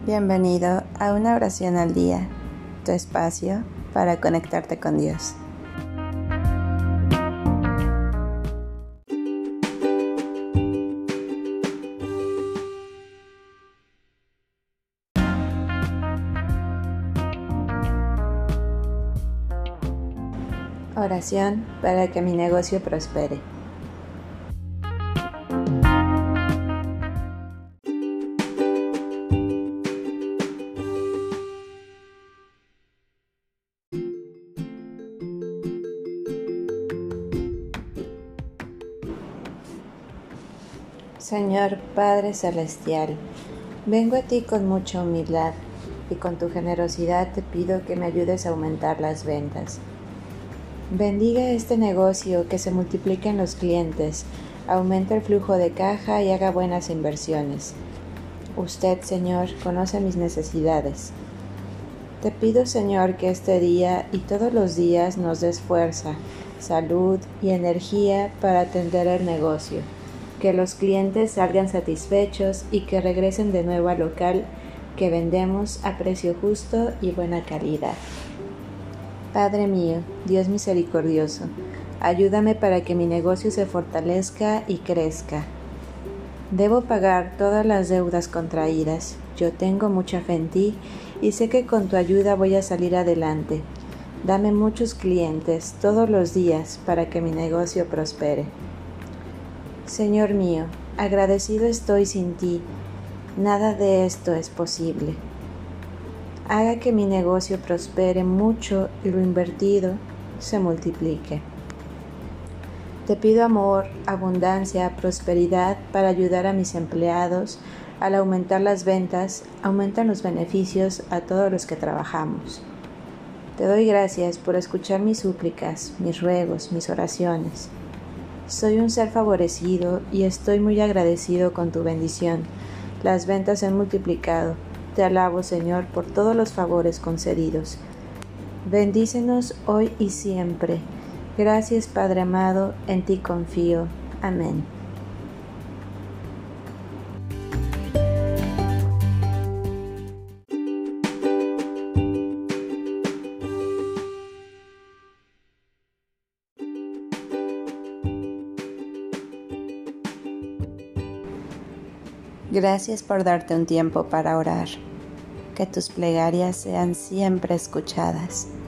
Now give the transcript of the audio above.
Bienvenido a una oración al día, tu espacio para conectarte con Dios. Oración para que mi negocio prospere. Señor Padre Celestial, vengo a ti con mucha humildad y con tu generosidad te pido que me ayudes a aumentar las ventas. Bendiga este negocio, que se multipliquen los clientes, aumente el flujo de caja y haga buenas inversiones. Usted, Señor, conoce mis necesidades. Te pido, Señor, que este día y todos los días nos des fuerza, salud y energía para atender el negocio, que los clientes salgan satisfechos y que regresen de nuevo al local que vendemos a precio justo y buena calidad. Padre mío, Dios misericordioso, ayúdame para que mi negocio se fortalezca y crezca. Debo pagar todas las deudas contraídas. Yo tengo mucha fe en ti y sé que con tu ayuda voy a salir adelante. Dame muchos clientes todos los días para que mi negocio prospere. Señor mío, agradecido estoy sin ti. Nada de esto es posible. Haga que mi negocio prospere mucho y lo invertido se multiplique. Te pido amor, abundancia, prosperidad para ayudar a mis empleados. Al aumentar las ventas, aumentan los beneficios a todos los que trabajamos. Te doy gracias por escuchar mis súplicas, mis ruegos, mis oraciones. Soy un ser favorecido y estoy muy agradecido con tu bendición. Las ventas se han multiplicado. Te alabo, Señor, por todos los favores concedidos. Bendícenos hoy y siempre. Gracias, Padre amado, en ti confío. Amén. Gracias por darte un tiempo para orar. Que tus plegarias sean siempre escuchadas.